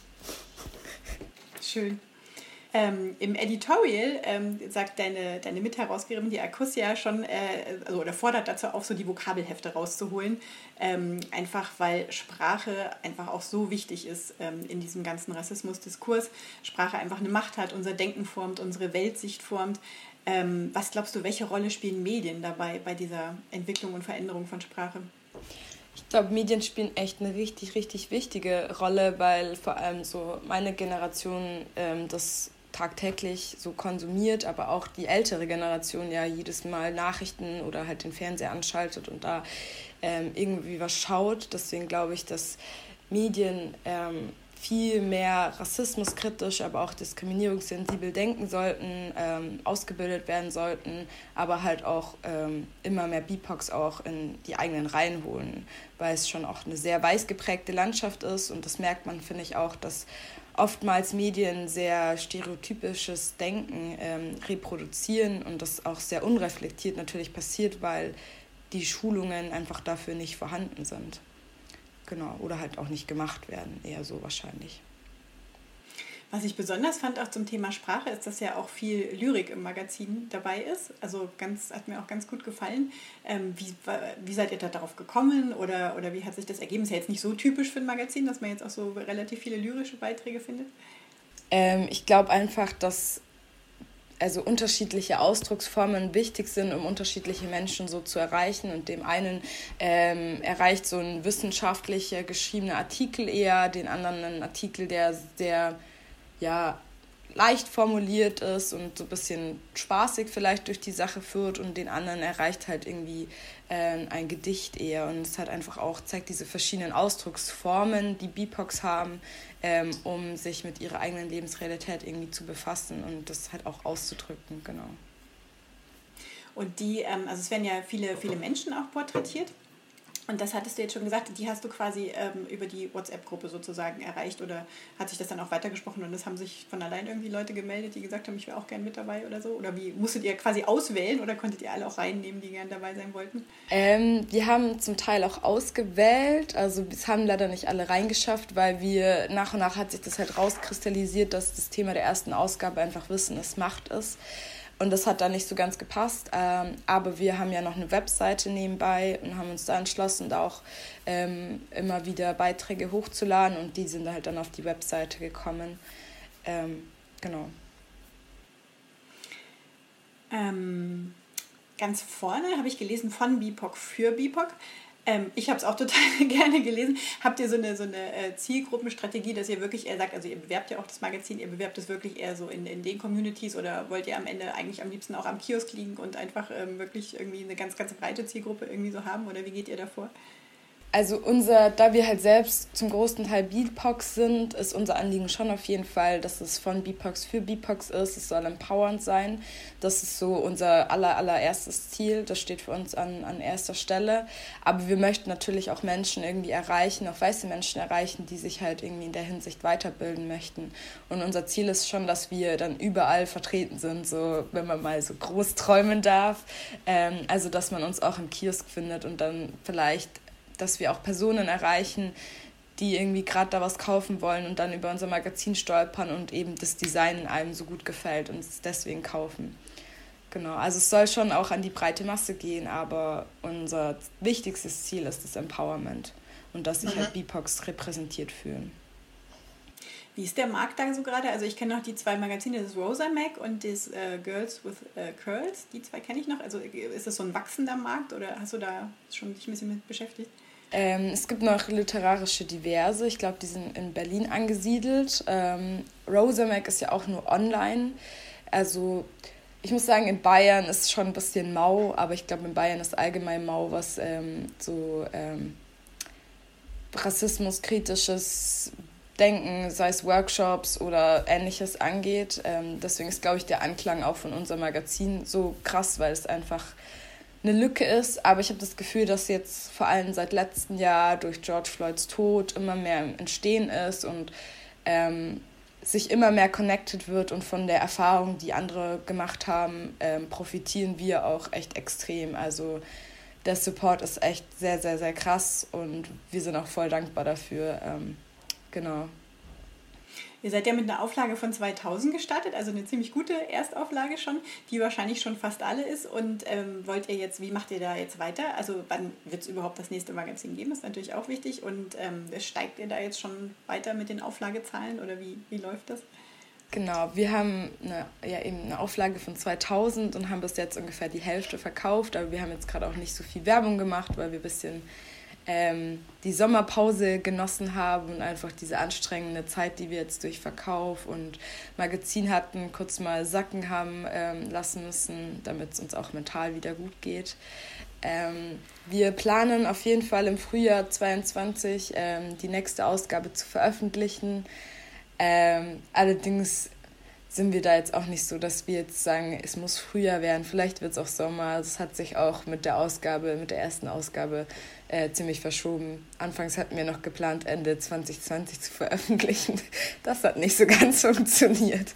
Schön. Ähm, Im Editorial ähm, sagt deine, deine Mitherausgeberin, die Akustia, schon, äh, also, oder fordert dazu auf, so die Vokabelhefte rauszuholen. Ähm, einfach weil Sprache einfach auch so wichtig ist ähm, in diesem ganzen Rassismusdiskurs. Sprache einfach eine Macht hat, unser Denken formt, unsere Weltsicht formt. Ähm, was glaubst du, welche Rolle spielen Medien dabei bei dieser Entwicklung und Veränderung von Sprache? Ich glaube, Medien spielen echt eine richtig, richtig wichtige Rolle, weil vor allem so meine Generation ähm, das tagtäglich so konsumiert, aber auch die ältere Generation ja jedes Mal Nachrichten oder halt den Fernseher anschaltet und da ähm, irgendwie was schaut. Deswegen glaube ich, dass Medien ähm, viel mehr rassismuskritisch, aber auch diskriminierungssensibel denken sollten, ähm, ausgebildet werden sollten, aber halt auch ähm, immer mehr B I P O Cs auch in die eigenen Reihen holen, weil es schon auch eine sehr weiß geprägte Landschaft ist und das merkt man, finde ich auch, dass oftmals Medien sehr stereotypisches Denken ähm, reproduzieren und das auch sehr unreflektiert natürlich passiert, weil die Schulungen einfach dafür nicht vorhanden sind. Genau, oder halt auch nicht gemacht werden, eher so wahrscheinlich. Was ich besonders fand auch zum Thema Sprache, ist, dass ja auch viel Lyrik im Magazin dabei ist. Also ganz, hat mir auch ganz gut gefallen. Ähm, wie, wie seid ihr da darauf gekommen oder, oder wie hat sich das ergeben? Ist ja jetzt nicht so typisch für ein Magazin, dass man jetzt auch so relativ viele lyrische Beiträge findet. Ähm, ich glaube einfach, dass also unterschiedliche Ausdrucksformen wichtig sind, um unterschiedliche Menschen so zu erreichen. Und dem einen ähm, erreicht so ein wissenschaftlicher geschriebener Artikel eher, den anderen ein Artikel, der sehr ja, leicht formuliert ist und so ein bisschen spaßig vielleicht durch die Sache führt und den anderen erreicht halt irgendwie äh, ein Gedicht eher. Und es hat einfach auch, zeigt diese verschiedenen Ausdrucksformen, die B I P O Cs haben, ähm, um sich mit ihrer eigenen Lebensrealität irgendwie zu befassen und das halt auch auszudrücken, genau. Und die, ähm, also es werden ja viele, viele Menschen auch porträtiert. Und das hattest du jetzt schon gesagt, die hast du quasi ähm, über die WhatsApp-Gruppe sozusagen erreicht oder hat sich das dann auch weitergesprochen und es haben sich von allein irgendwie Leute gemeldet, die gesagt haben, ich wäre auch gern mit dabei oder so? Oder wie musstet ihr quasi auswählen oder konntet ihr alle auch reinnehmen, die gern dabei sein wollten? Ähm, die haben zum Teil auch ausgewählt, also es haben leider nicht alle reingeschafft, weil wir nach und nach hat sich das halt rauskristallisiert, dass das Thema der ersten Ausgabe einfach Wissen ist Macht ist. Und das hat da nicht so ganz gepasst, ähm, aber wir haben ja noch eine Webseite nebenbei und haben uns da entschlossen, da auch ähm, immer wieder Beiträge hochzuladen und die sind halt dann auf die Webseite gekommen. Ähm, genau. Ähm, ganz vorne habe ich gelesen von B I P O C für B I P O C. Ähm, ich habe es auch total gerne gelesen. Habt ihr so eine, so eine äh, Zielgruppenstrategie, dass ihr wirklich eher sagt, also ihr bewerbt ja auch das Magazin, ihr bewerbt es wirklich eher so in, in den Communities oder wollt ihr am Ende eigentlich am liebsten auch am Kiosk liegen und einfach ähm, wirklich irgendwie eine ganz, ganz breite Zielgruppe irgendwie so haben oder wie geht ihr davor? Also unser, da wir halt selbst zum großen Teil B I P O Cs sind, ist unser Anliegen schon auf jeden Fall, dass es von B I P O Cs für B I P O Cs ist. Es soll empowernd sein. Das ist so unser aller, allererstes Ziel. Das steht für uns an, an erster Stelle. Aber wir möchten natürlich auch Menschen irgendwie erreichen, auch weiße Menschen erreichen, die sich halt irgendwie in der Hinsicht weiterbilden möchten. Und unser Ziel ist schon, dass wir dann überall vertreten sind, so wenn man mal so groß träumen darf. Ähm, also dass man uns auch im Kiosk findet und dann vielleicht dass wir auch Personen erreichen, die irgendwie gerade da was kaufen wollen und dann über unser Magazin stolpern und eben das Design einem so gut gefällt und es deswegen kaufen. Genau, also es soll schon auch an die breite Masse gehen, aber unser wichtigstes Ziel ist das Empowerment und dass sich mhm. halt B I P O Cs repräsentiert fühlen. Wie ist der Markt da so gerade? Also ich kenne noch die zwei Magazine, das Rosa Mag und das äh, Girls with äh, Curls. Die zwei kenne ich noch. Also ist das so ein wachsender Markt oder hast du da schon dich ein bisschen mit beschäftigt? Ähm, es gibt noch literarische Diverse, ich glaube, die sind in Berlin angesiedelt. Ähm, Rosa Mag ist ja auch nur online. Also ich muss sagen, in Bayern ist es schon ein bisschen mau, aber ich glaube, in Bayern ist allgemein mau, was ähm, so ähm, rassismuskritisches Denken, sei es Workshops oder Ähnliches angeht. Ähm, deswegen ist, glaube ich, der Anklang auch von unserem Magazin so krass, weil es einfach eine Lücke ist, aber ich habe das Gefühl, dass jetzt vor allem seit letztem Jahr durch George Floyds Tod immer mehr im Entstehen ist und ähm, sich immer mehr connected wird und von der Erfahrung, die andere gemacht haben, ähm, profitieren wir auch echt extrem. Also der Support ist echt sehr, sehr, sehr krass und wir sind auch voll dankbar dafür. Ähm, genau. Ihr seid ja mit einer Auflage von zweitausend gestartet, also eine ziemlich gute Erstauflage schon, die wahrscheinlich schon fast alle ist. Und ähm, wollt ihr jetzt, wie macht ihr da jetzt weiter? Also wann wird es überhaupt das nächste Magazin geben? Ist natürlich auch wichtig. Und ähm, steigt ihr da jetzt schon weiter mit den Auflagezahlen oder wie, wie läuft das? Genau, wir haben eine, ja, eben eine Auflage von zweitausend und haben bis jetzt ungefähr die Hälfte verkauft. Aber wir haben jetzt gerade auch nicht so viel Werbung gemacht, weil wir ein bisschen ähm, die Sommerpause genossen haben und einfach diese anstrengende Zeit, die wir jetzt durch Verkauf und Magazin hatten, kurz mal sacken haben ähm, lassen müssen, damit es uns auch mental wieder gut geht. Ähm, wir planen auf jeden Fall im Frühjahr zweiundzwanzig ähm, die nächste Ausgabe zu veröffentlichen. Ähm, allerdings sind wir da jetzt auch nicht so, dass wir jetzt sagen, es muss Frühjahr werden, vielleicht wird es auch Sommer. Das hat sich auch mit der Ausgabe, mit der ersten Ausgabe äh, ziemlich verschoben. Anfangs hatten wir noch geplant, Ende zwanzig zwanzig zu veröffentlichen. Das hat nicht so ganz funktioniert.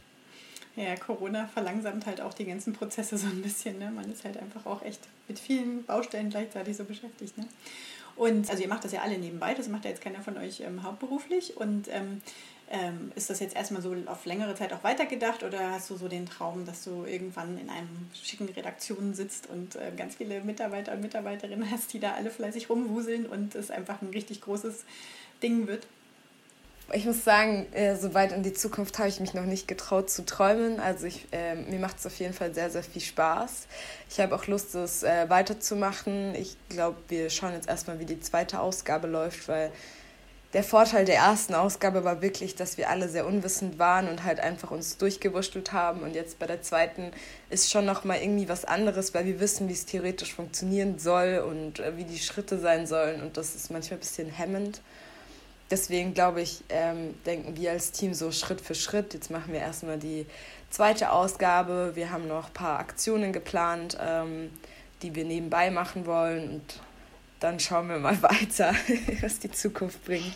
Ja, Corona verlangsamt halt auch die ganzen Prozesse so ein bisschen. Ne? Man ist halt einfach auch echt mit vielen Baustellen gleichzeitig so beschäftigt. Ne? Und also ihr macht das ja alle nebenbei, das macht ja jetzt keiner von euch ähm, hauptberuflich. Und ähm, ähm, ist das jetzt erstmal so auf längere Zeit auch weitergedacht oder hast du so den Traum, dass du irgendwann in einem schicken Redaktion sitzt und äh, ganz viele Mitarbeiter und Mitarbeiterinnen hast, die da alle fleißig rumwuseln und es einfach ein richtig großes Ding wird? Ich muss sagen, äh, so weit in die Zukunft habe ich mich noch nicht getraut zu träumen. Also ich, äh, mir macht es auf jeden Fall sehr, sehr viel Spaß. Ich habe auch Lust, es äh, weiterzumachen. Ich glaube, wir schauen jetzt erstmal, wie die zweite Ausgabe läuft, weil der Vorteil der ersten Ausgabe war wirklich, dass wir alle sehr unwissend waren und halt einfach uns durchgewurschtelt haben. Und jetzt bei der zweiten ist schon nochmal irgendwie was anderes, weil wir wissen, wie es theoretisch funktionieren soll und äh, wie die Schritte sein sollen. Und das ist manchmal ein bisschen hemmend. Deswegen glaube ich, ähm, denken wir als Team so Schritt für Schritt. Jetzt machen wir erstmal die zweite Ausgabe. Wir haben noch ein paar Aktionen geplant, ähm, die wir nebenbei machen wollen. Und dann schauen wir mal weiter, was die Zukunft bringt.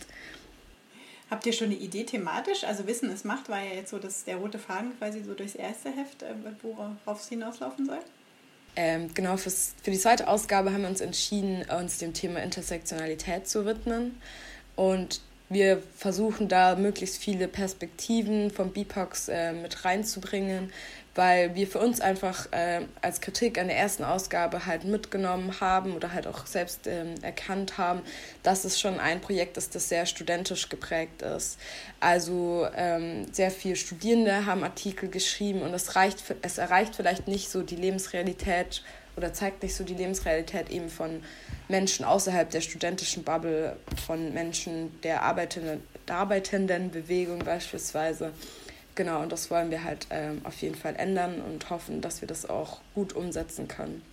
Habt ihr schon eine Idee thematisch? Also Wissen es macht war ja jetzt so dass der rote Faden quasi so durchs erste Heft, äh, worauf es hinauslaufen soll. Ähm, genau, fürs, für die zweite Ausgabe haben wir uns entschieden, uns dem Thema Intersektionalität zu widmen. Und wir versuchen da möglichst viele Perspektiven von B I P O X äh, mit reinzubringen, weil wir für uns einfach äh, als Kritik an der ersten Ausgabe halt mitgenommen haben oder halt auch selbst ähm, erkannt haben, dass es schon ein Projekt ist, das sehr studentisch geprägt ist. Also ähm, sehr viele Studierende haben Artikel geschrieben und es reicht, es erreicht vielleicht nicht so die Lebensrealität oder zeigt nicht so die Lebensrealität eben von Menschen außerhalb der studentischen Bubble, von Menschen der Arbeitenden, der Arbeitendenbewegung beispielsweise. Genau, und das wollen wir halt ähm, auf jeden Fall ändern und hoffen, dass wir das auch gut umsetzen können.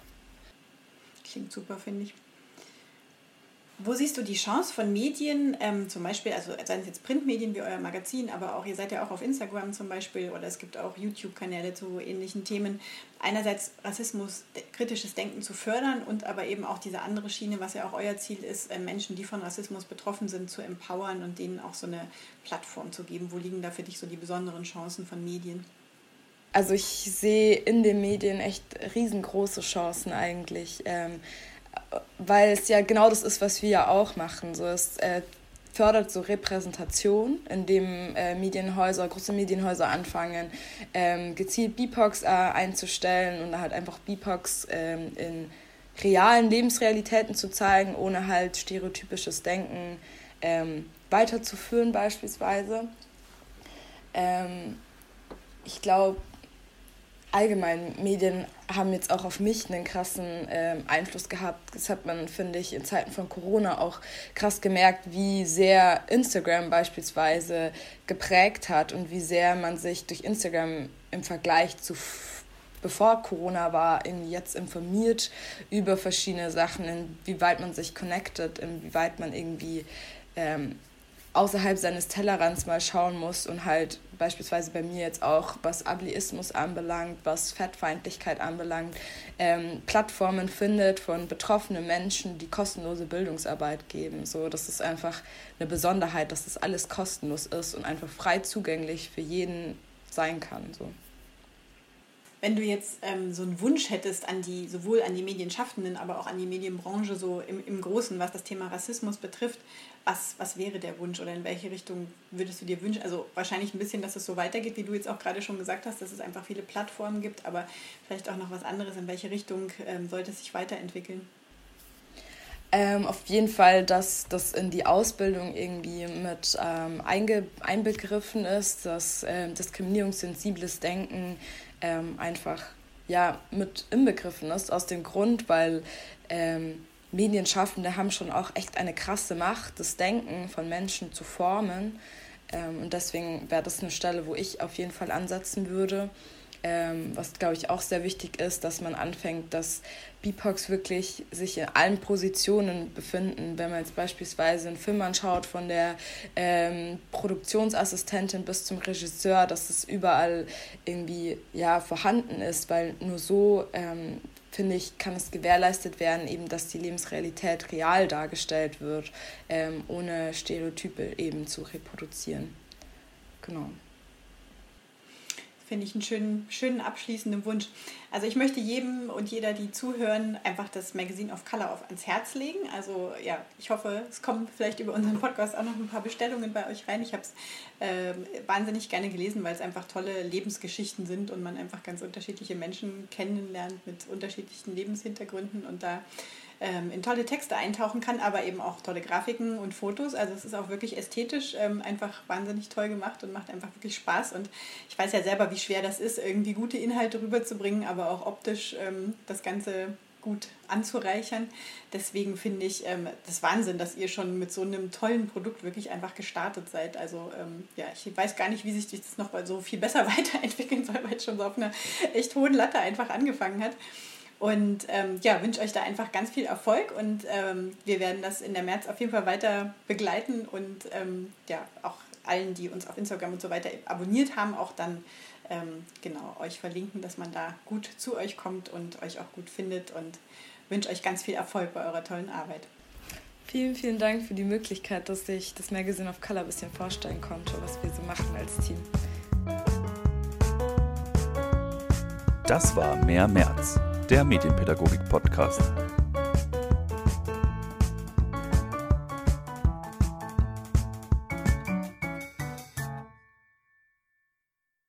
Klingt super, finde ich. Wo siehst du die Chance von Medien, ähm, zum Beispiel, also seien es jetzt Printmedien wie euer Magazin, aber auch ihr seid ja auch auf Instagram zum Beispiel oder es gibt auch YouTube-Kanäle zu ähnlichen Themen, einerseits Rassismus, kritisches Denken zu fördern und aber eben auch diese andere Schiene, was ja auch euer Ziel ist, äh, Menschen, die von Rassismus betroffen sind, zu empowern und denen auch so eine Plattform zu geben. Wo liegen da für dich so die besonderen Chancen von Medien? Also ich sehe in den Medien echt riesengroße Chancen eigentlich, ähm, weil es ja genau das ist, was wir ja auch machen. So, es äh, fördert so Repräsentation, indem äh, Medienhäuser, große Medienhäuser anfangen, ähm, gezielt B I P O X äh, einzustellen und halt einfach B I P O X ähm, in realen Lebensrealitäten zu zeigen, ohne halt stereotypisches Denken ähm, weiterzuführen beispielsweise. Ähm, ich glaube, allgemein, Medien haben jetzt auch auf mich einen krassen ähm, Einfluss gehabt. Das hat man, finde ich, in Zeiten von Corona auch krass gemerkt, wie sehr Instagram beispielsweise geprägt hat und wie sehr man sich durch Instagram im Vergleich zu f- bevor Corona war, irgendwie jetzt informiert über verschiedene Sachen, inwieweit man sich connectet, inwieweit man irgendwie ähm, außerhalb seines Tellerrands mal schauen muss und halt beispielsweise bei mir jetzt auch, was Ableismus anbelangt, was Fettfeindlichkeit anbelangt, ähm, Plattformen findet von betroffenen Menschen, die kostenlose Bildungsarbeit geben. So, das ist einfach eine Besonderheit, dass das alles kostenlos ist und einfach frei zugänglich für jeden sein kann. So. Wenn du jetzt ähm, so einen Wunsch hättest an die, sowohl an die Medienschaffenden, aber auch an die Medienbranche so im, im Großen, was das Thema Rassismus betrifft, was, was wäre der Wunsch oder in welche Richtung würdest du dir wünschen? Also wahrscheinlich ein bisschen, dass es so weitergeht, wie du jetzt auch gerade schon gesagt hast, dass es einfach viele Plattformen gibt, aber vielleicht auch noch was anderes. In welche Richtung ähm, sollte es sich weiterentwickeln? Ähm, auf jeden Fall, dass das in die Ausbildung irgendwie mit ähm, einge, einbegriffen ist, dass ähm, diskriminierungssensibles Denken ähm, einfach ja, mit inbegriffen ist, aus dem Grund, weil ähm, Medienschaffende haben schon auch echt eine krasse Macht, das Denken von Menschen zu formen. Ähm, und deswegen wäre das eine Stelle, wo ich auf jeden Fall ansetzen würde. Ähm, was, glaube ich, auch sehr wichtig ist, dass man anfängt, dass B I P O Cs wirklich sich in allen Positionen befinden. Wenn man jetzt beispielsweise einen Film anschaut, von der ähm, Produktionsassistentin bis zum Regisseur, dass es überall irgendwie ja, vorhanden ist, weil nur so, ähm, finde ich, kann es gewährleistet werden, eben, dass die Lebensrealität real dargestellt wird, ähm, ohne Stereotype eben zu reproduzieren. Genau. Finde ich einen schönen, schönen abschließenden Wunsch. Also ich möchte jedem und jeder, die zuhören, einfach das Magazine of Color auf ans Herz legen. Also ja, ich hoffe, es kommen vielleicht über unseren Podcast auch noch ein paar Bestellungen bei euch rein. Ich habe es äh, wahnsinnig gerne gelesen, weil es einfach tolle Lebensgeschichten sind und man einfach ganz unterschiedliche Menschen kennenlernt mit unterschiedlichen Lebenshintergründen und da ähm, in tolle Texte eintauchen kann, aber eben auch tolle Grafiken und Fotos. Also es ist auch wirklich ästhetisch ähm, einfach wahnsinnig toll gemacht und macht einfach wirklich Spaß. Und ich weiß ja selber, wie schwer das ist, irgendwie gute Inhalte rüberzubringen, aber auch optisch ähm, das Ganze gut anzureichern. Deswegen finde ich ähm, das Wahnsinn, dass ihr schon mit so einem tollen Produkt wirklich einfach gestartet seid. Also ähm, ja, ich weiß gar nicht, wie sich das noch so viel besser weiterentwickeln soll, weil es schon so auf einer echt hohen Latte einfach angefangen hat. Und ähm, ja, wünsche euch da einfach ganz viel Erfolg und ähm, wir werden das in der März auf jeden Fall weiter begleiten und ähm, ja, auch allen, die uns auf Instagram und so weiter abonniert haben, auch dann ähm, genau euch verlinken, dass man da gut zu euch kommt und euch auch gut findet und wünsche euch ganz viel Erfolg bei eurer tollen Arbeit. Vielen, vielen Dank für die Möglichkeit, dass ich das Magazine of Color ein bisschen vorstellen konnte, was wir so machen als Team. Das war Mehr März, der Medienpädagogik-Podcast.